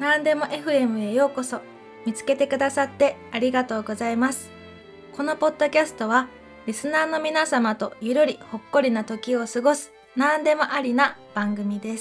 なんでも FM へようこそ。見つけてくださってありがとうございます。このポッドキャストはリスナーの皆様とゆるりほっこりな時を過ごすなんでもありな番組です。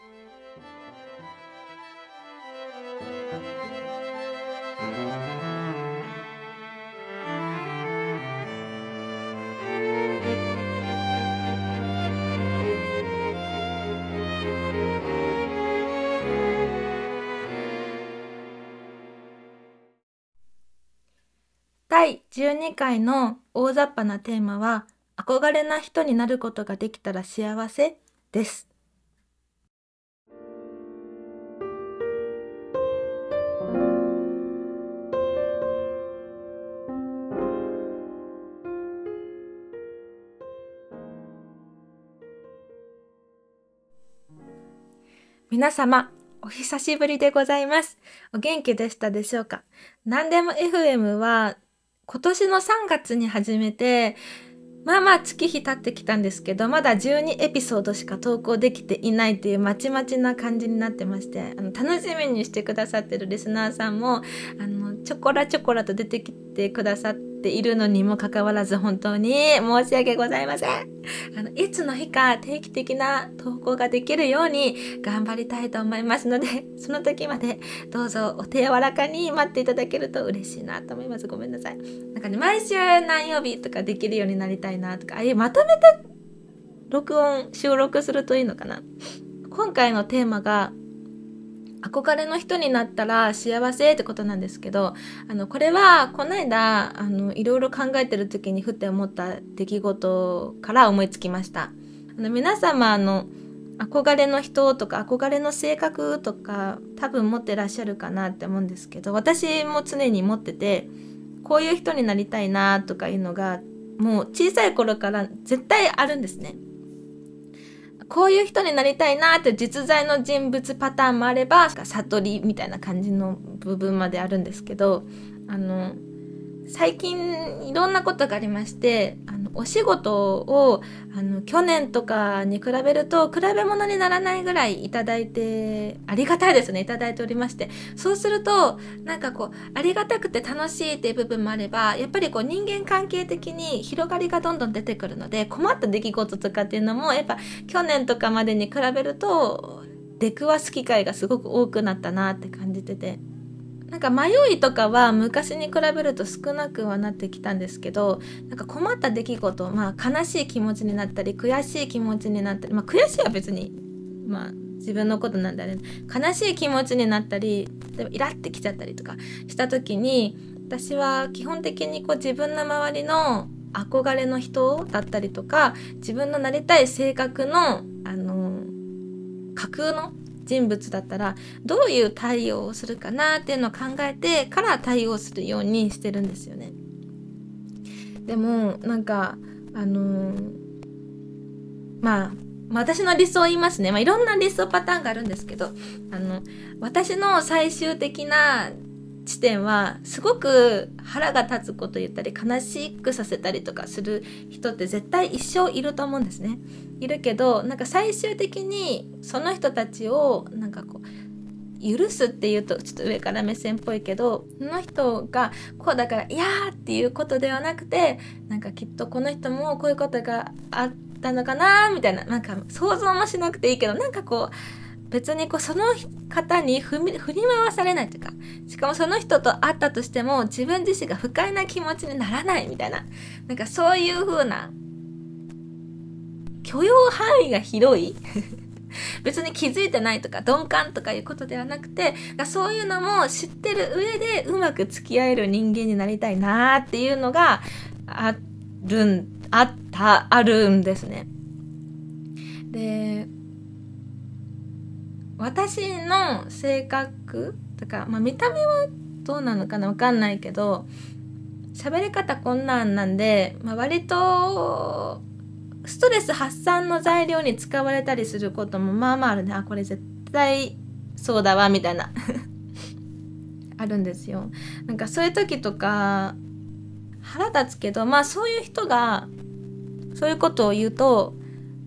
第12回の大雑把なテーマは、憧れな人になることができたら幸せです。皆様、お久しぶりでございます。お元気でしたでしょうか？なんでも FM は今年の3月に始めて、月日経ってきたんですけど、まだ12エピソードしか投稿できていないっていうまちまちな感じになってまして、楽しみにしてくださってるリスナーさんもちょこらと出てきてくださっているのにもかかわらず、本当に申し訳ございません。いつの日か定期的な投稿ができるように頑張りたいと思いますので、その時までどうぞお手柔らかに待っていただけると嬉しいなと思います。ごめんなさい。毎週何曜日とかできるようになりたいなとか、まとめて収録するといいのかな。今回のテーマが憧れの人になったら幸せってことなんですけど、これはこの間いろいろ考えてる時にふって思った出来事から思いつきました。皆様憧れの人とか憧れの性格とか多分持ってらっしゃるかなって思うんですけど、私も常に持ってて、こういう人になりたいなとかいうのがもう小さい頃から絶対あるんですね。こういう人になりたいなって実在の人物パターンもあれば、悟りみたいな感じの部分まであるんですけど、最近いろんなことがありまして、お仕事を去年とかに比べると比べ物にならないぐらいいただいて、ありがたいですね、いただいておりまして、そうするとありがたくて楽しいっていう部分もあれば、やっぱり人間関係的に広がりがどんどん出てくるので、困った出来事とかっていうのもやっぱ去年とかまでに比べると出くわす機会がすごく多くなったなって感じてて、迷いとかは昔に比べると少なくはなってきたんですけど、困った出来事、悲しい気持ちになったり悔しい気持ちになったり、悔しいは別に自分のことなんだね。悲しい気持ちになったり、例えばイラってきちゃったりとかした時に、私は基本的に自分の周りの憧れの人だったりとか、自分のなりたい性格の架空の人物だったらどういう対応をするかなっていうのを考えてから対応するようにしてるんですよね。でも私の理想を言いますね。いろんな理想パターンがあるんですけど、私の最終的な地点はすごく腹が立つこと言ったり悲しくさせたりとかする人って絶対一生いると思うんですね。いるけど最終的にその人たちを許すっていうとちょっと上から目線っぽいけど、その人がこうだからいやーっていうことではなくて、きっとこの人もこういうことがあったのかなみたいな、想像もしなくていいけど別にその方に振り回されないというか、しかもその人と会ったとしても自分自身が不快な気持ちにならないみたいな、そういう風な許容範囲が広い別に気づいてないとか鈍感とかいうことではなくて、そういうのも知ってる上でうまく付き合える人間になりたいなっていうのがあるんですね。で、私の性格とか、見た目はどうなのかなわかんないけど、喋り方こんなんで、割とストレス発散の材料に使われたりすることもあるね。これ絶対そうだわみたいなあるんですよ。そういう時とか腹立つけど、そういう人がそういうことを言うと、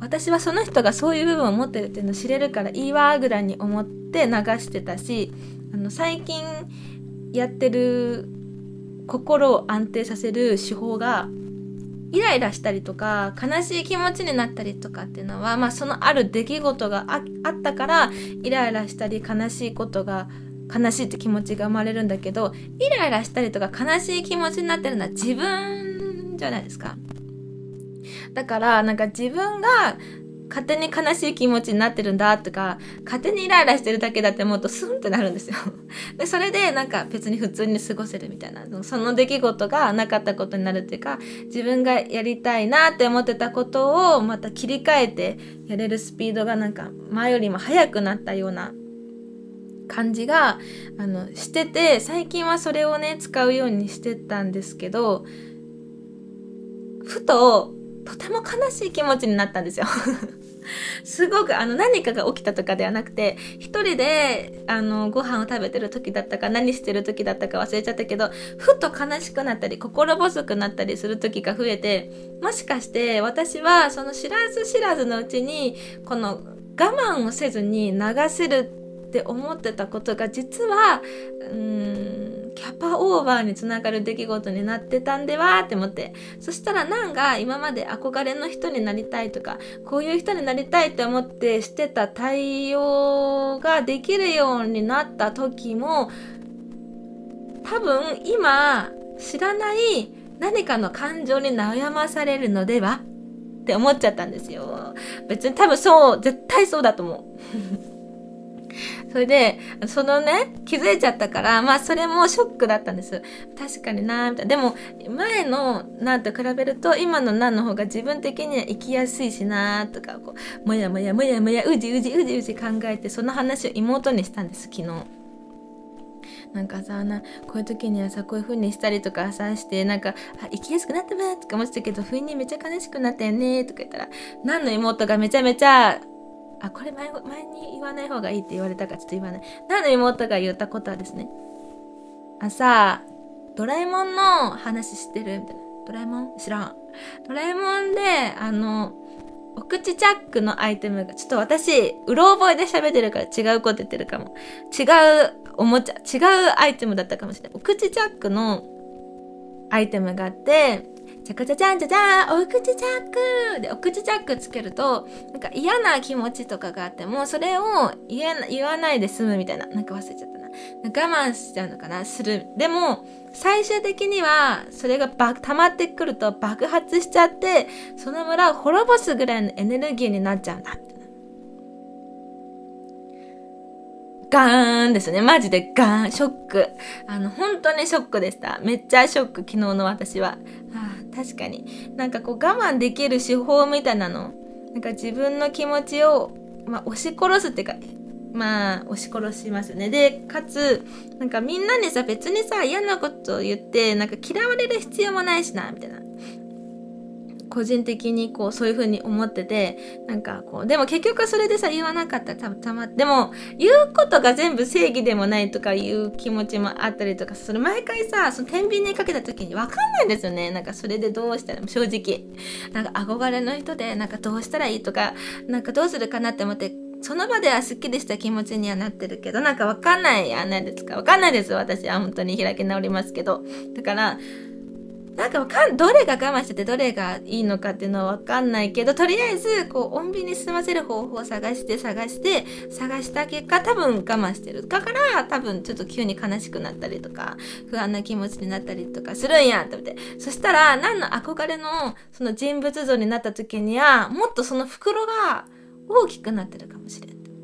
私はその人がそういう部分を持ってるっていうのを知れるからいいわぐらいに思って流してたし、最近やってる心を安定させる手法が、イライラしたりとか悲しい気持ちになったりとかっていうのは、そのある出来事が あったからイライラしたり悲しいって気持ちが生まれるんだけど、イライラしたりとか悲しい気持ちになってるのは自分じゃないですか。だからなんか自分が勝手に悲しい気持ちになってるんだとか、勝手にイライラしてるだけだって思うとスンってなるんですよ。でそれでなんか別に普通に過ごせるみたいな、その出来事がなかったことになるっていうか、自分がやりたいなって思ってたことをまた切り替えてやれるスピードがなんか前よりも速くなったような感じがしてて、最近はそれをね使うようにしてたんですけど、ふととても悲しい気持ちになったんですよ。すごく何かが起きたとかではなくて、一人でご飯を食べてる時だったか何してる時だったか忘れちゃったけど、ふと悲しくなったり心細くなったりする時が増えて、もしかして私はその知らず知らずのうちにこの我慢をせずに流せるって思ってたことが、実はキャパオーバーにつながる出来事になってたんではって思って、そしたらなんか今まで憧れの人になりたいとか、こういう人になりたいって思ってしてた対応ができるようになった時も、多分今知らない何かの感情に悩まされるのではって思っちゃったんですよ。別に多分絶対そうだと思う。それでそのね気づいちゃったから、それもショックだったんです。確かになみたいな。でも前のなんと比べると今のなんの方が自分的には生きやすいしなとか、こうもやもやうじ考えて、その話を妹にしたんです、昨日。なんかさ、こういう時にはさこういう風にしたりとかさして、なんか生きやすくなったわとか思ってたけど、不意にめっちゃ悲しくなったよねとか言ったら、なんの妹がめちゃめちゃこれ前に言わない方がいいって言われたからちょっと言わない。なんで妹が言ったことはですね、ドラえもんの話知ってるみたいな。ドラえもん知らん。ドラえもんでお口チャックのアイテムが、ちょっと私うろ覚えで喋ってるから違うこと言ってるかも。違うおもちゃ、違うアイテムだったかもしれない。お口チャックのアイテムがあって、チャカチャチャンチャチャンお口チャックで、お口チャックつけるとなんか嫌な気持ちとかがあってもそれを言わないで済むみたいな。なんか忘れちゃったな。我慢しちゃうのかな、する。でも最終的にはそれが溜まってくると爆発しちゃって、その村を滅ぼすぐらいのエネルギーになっちゃうんだみたいな。ガーンですね。マジでガーン。ショック。本当にショックでした。めっちゃショック、昨日の私は。確かに。なんかこう我慢できる手法みたいなの。なんか自分の気持ちを、押し殺すっていうか、押し殺しますよね。で、かつ、なんかみんなにさ、別にさ、嫌なことを言って、なんか嫌われる必要もないしな、みたいな。個人的にこうそういう風に思ってて、なんかこうでも結局それでさ言わなかったらでも言うことが全部正義でもないとかいう気持ちもあったりとか、それ毎回さその天秤にかけた時に分かんないんですよね。なんかそれでどうしたら、正直なんか憧れの人でなんかどうしたらいいとか、なんかどうするかなって思って、その場ではすっきりした気持ちにはなってるけど、なんか分かんないやないですか。分かんないです、私は本当に開き直りますけど。だからなんかどれが我慢しててどれがいいのかっていうのは分かんないけど、とりあえずこう穏便に済ませる方法を探した結果、多分我慢してる。だから多分ちょっと急に悲しくなったりとか不安な気持ちになったりとかするんやって思って、そしたら何の憧れのその人物像になった時にはもっとその袋が大きくなってるかもしれんって思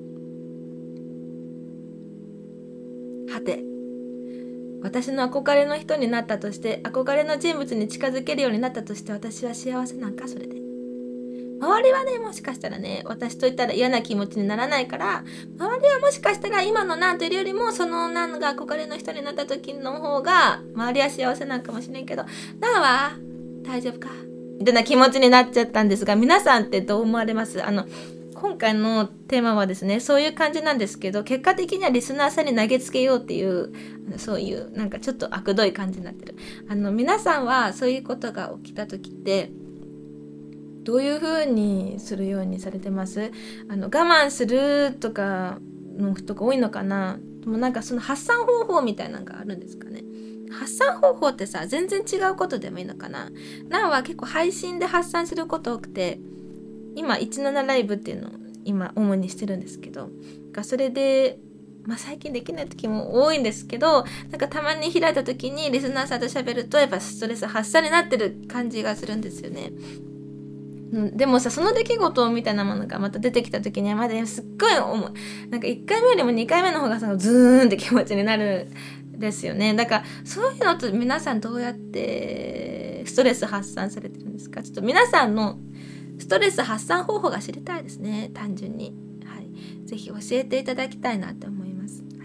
って。はて、私の憧れの人になったとして、憧れの人物に近づけるようになったとして、私は幸せなんか？それで周りはね、もしかしたらね、私といったら嫌な気持ちにならないから、周りはもしかしたら今のなんというよりもそのなんが憧れの人になった時の方が周りは幸せなんかもしれんけど、なんは大丈夫かみたいな気持ちになっちゃったんですが、皆さんってどう思われます？今回のテーマはですね、そういう感じなんですけど、結果的にはリスナーさんに投げつけようっていう、そういうなんかちょっと悪どい感じになってる。皆さんはそういうことが起きた時ってどういう風にするようにされてます？我慢するとかの人が多いのかな？でもなんかその発散方法みたいなのがあるんですかね。発散方法ってさ、全然違うことでもいいのかな。なんは結構配信で発散すること多くて、今17ライブっていうのを今主にしてるんですけど、それで最近できない時も多いんですけど、なんかたまに開いた時にリスナーさんと喋るとやっぱストレス発散になってる感じがするんですよね。でもさ、その出来事みたいなものがまた出てきた時にはまだすっごいなんか1回目よりも2回目の方がズーンって気持ちになるんですよね。だからそういうのと皆さんどうやってストレス発散されてるんですか？ちょっと皆さんのストレス発散方法が知りたいですね、単純に。はい、ぜひ教えていただきたいなと思います。はい、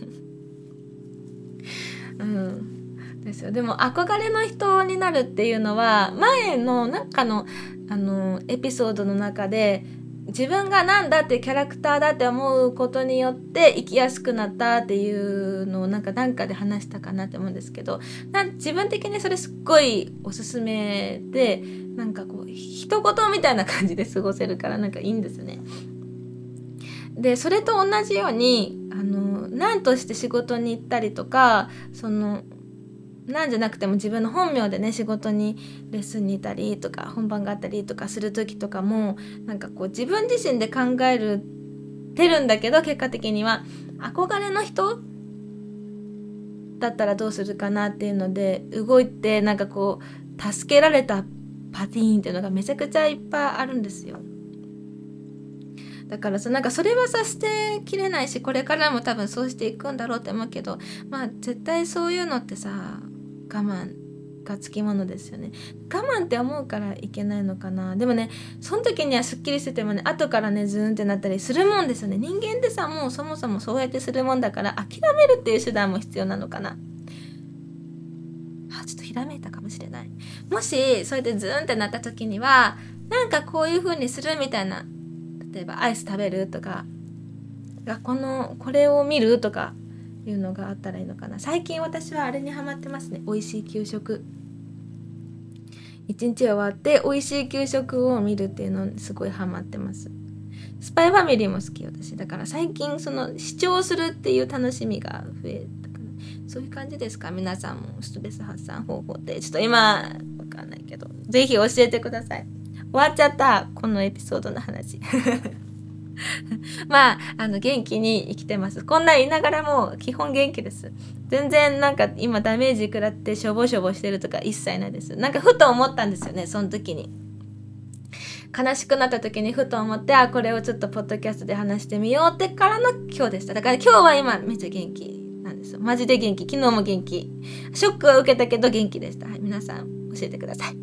ですよ。でも憧れの人になるっていうのは前のなんかのエピソードの中で、自分がなんだってキャラクターだって思うことによって生きやすくなったっていうのをなんかで話したかなって思うんですけど、自分的にそれすっごいおすすめで、なんかこう一言みたいな感じで過ごせるからなんかいいんですね。でそれと同じように何として仕事に行ったりとか、なんじゃなくても自分の本名でね仕事にレッスンにいたりとか本番があったりとかする時とかも、なんかこう自分自身で考えてるんだけど、結果的には憧れの人だったらどうするかなっていうので動いて、なんかこう助けられたパティーンっていうのがめちゃくちゃいっぱいあるんですよ。だからなんかそれはさ捨てきれないし、これからも多分そうしていくんだろうって思うけど、絶対そういうのってさ我慢がつきものですよね。我慢って思うからいけないのかな。でもね、その時にはすっきりしててもね、後からねズーンってなったりするもんですよね。人間ってさ、もうそもそもそうやってするもんだから、諦めるっていう手段も必要なのかな。ちょっとひらめいたかもしれない。もしそれでズーンってなった時には、なんかこういう風にするみたいな、例えばアイス食べるとか、これを見るとかいうのがあったらいいのかな。最近私はあれにハマってますね。美味しい給食。一日終わって美味しい給食を見るっていうのにすごいハマってます。スパイファミリーも好き、私。だから最近視聴するっていう楽しみが増えたかな。そういう感じですか？皆さんもストレス発散方法って。ちょっと今わかんないけど、ぜひ教えてください。終わっちゃった、このエピソードの話。元気に生きてます。こんな言いながらも基本元気です。全然なんか今ダメージ食らってしょぼしょぼしてるとか一切ないです。なんかふと思ったんですよね、その時に。悲しくなった時にふと思って、これをちょっとポッドキャストで話してみようってからの今日でした。だから今日は今めっちゃ元気なんですよ。マジで元気。昨日も元気。ショックは受けたけど元気でした。はい、皆さん教えてください。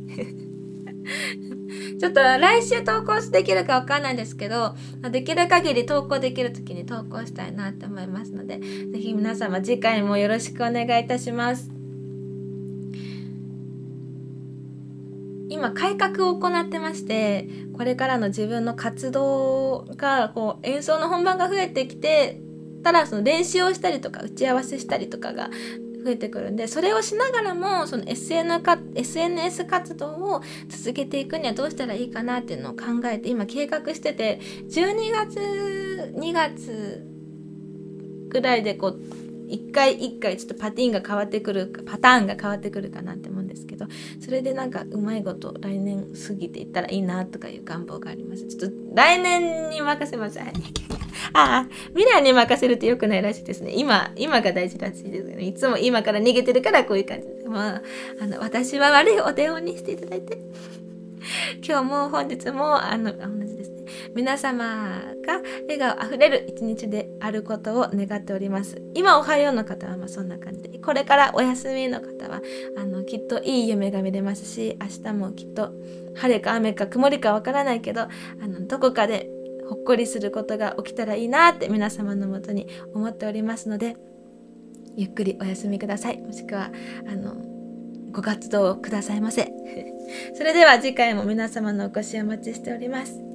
ちょっと来週投稿できるかわかんないんですけど、できる限り投稿できる時に投稿したいなって思いますので、ぜひ皆様次回もよろしくお願いいたします。今改革を行ってまして、これからの自分の活動が演奏の本番が増えてきてたら、練習をしたりとか打ち合わせしたりとかが増えてくるんで、それをしながらもSNS 活動を続けていくにはどうしたらいいかなっていうのを考えて今計画してて、12月2月ぐらいで一回ちょっとパターンが変わってくるかなって思うんですけど、それでなんかうまいこと来年過ぎていったらいいなとかいう願望があります。ちょっと来年に任せます。未来に任せるって良くないらしいですね。今が大事らしいですね。いつも今から逃げてるからこういう感じで、私は悪いお手本にしていただいて、今日も本日も同じですね。皆様が笑顔あふれる一日であることを願っております。今おはようの方はそんな感じで、これからお休みの方はきっといい夢が見れますし、明日もきっと晴れか雨か曇りかわからないけど、どこかでほっこりすることが起きたらいいなって皆様のもとに思っておりますので、ゆっくりお休みください。もしくはご活動くださいませ。それでは次回も皆様のお越しをお待ちしております。